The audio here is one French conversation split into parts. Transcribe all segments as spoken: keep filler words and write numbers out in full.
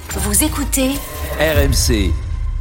Vous écoutez R M C.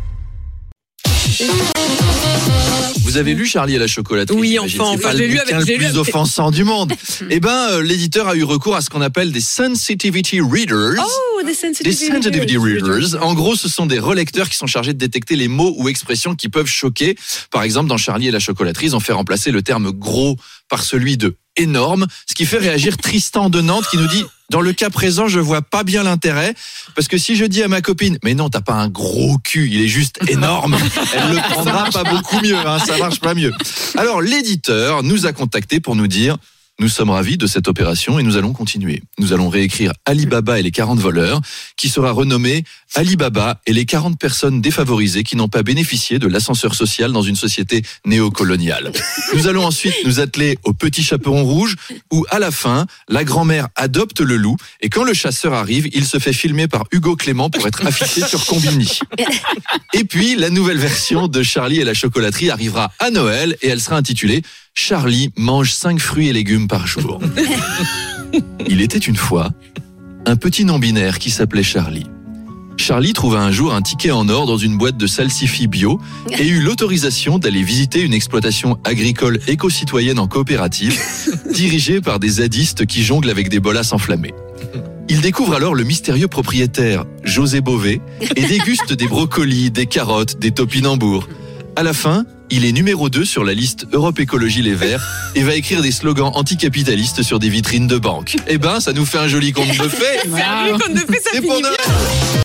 Vous avez lu Charlie et la chocolaterie? Oui, enfin, c'est pas enfin, le j'ai lu bouquin avec- j'ai le lu plus avec- offensant du monde. Eh ben, euh, l'éditeur a eu recours à ce qu'on appelle des sensitivity readers. Oh, des Des sensitivity, sensitivity readers. En gros, ce sont des relecteurs qui sont chargés de détecter les mots ou expressions qui peuvent choquer. Par exemple, dans Charlie et la chocolaterie, ils ont fait remplacer le terme gros par celui de énorme, ce qui fait réagir Tristan de Nantes qui nous dit: dans le cas présent, je vois pas bien l'intérêt, parce que si je dis à ma copine, mais non, t'as pas un gros cul, il est juste énorme, elle le prendra pas beaucoup mieux, hein, ça marche pas mieux. Alors, l'éditeur nous a contactés pour nous dire: nous sommes ravis de cette opération et nous allons continuer. Nous allons réécrire Alibaba et les quarante voleurs, qui sera renommé Alibaba et les quarante personnes défavorisées qui n'ont pas bénéficié de l'ascenseur social dans une société néocoloniale. Nous allons ensuite nous atteler au Petit Chaperon Rouge, où à la fin, la grand-mère adopte le loup et quand le chasseur arrive, il se fait filmer par Hugo Clément pour être affiché sur Combini. Et puis, la nouvelle version de Charlie et la chocolaterie arrivera à Noël et elle sera intitulée Charlie mange cinq fruits et légumes par jour. Il était une fois un petit non-binaire qui s'appelait Charlie. Charlie trouva un jour un ticket en or dans une boîte de salsifis bio et eut l'autorisation d'aller visiter une exploitation agricole éco-citoyenne en coopérative dirigée par des zadistes qui jonglent avec des bolasses enflammées. Il découvre alors le mystérieux propriétaire José Bové et déguste des brocolis, des carottes, des topinambours. À la fin, il est numéro deux sur la liste Europe Écologie Les Verts et va écrire des slogans anticapitalistes sur des vitrines de banque. Eh ben, ça nous fait un joli conte de fées. Sérieux, qu'on ne fait ça C'est finit pour bien. Noël.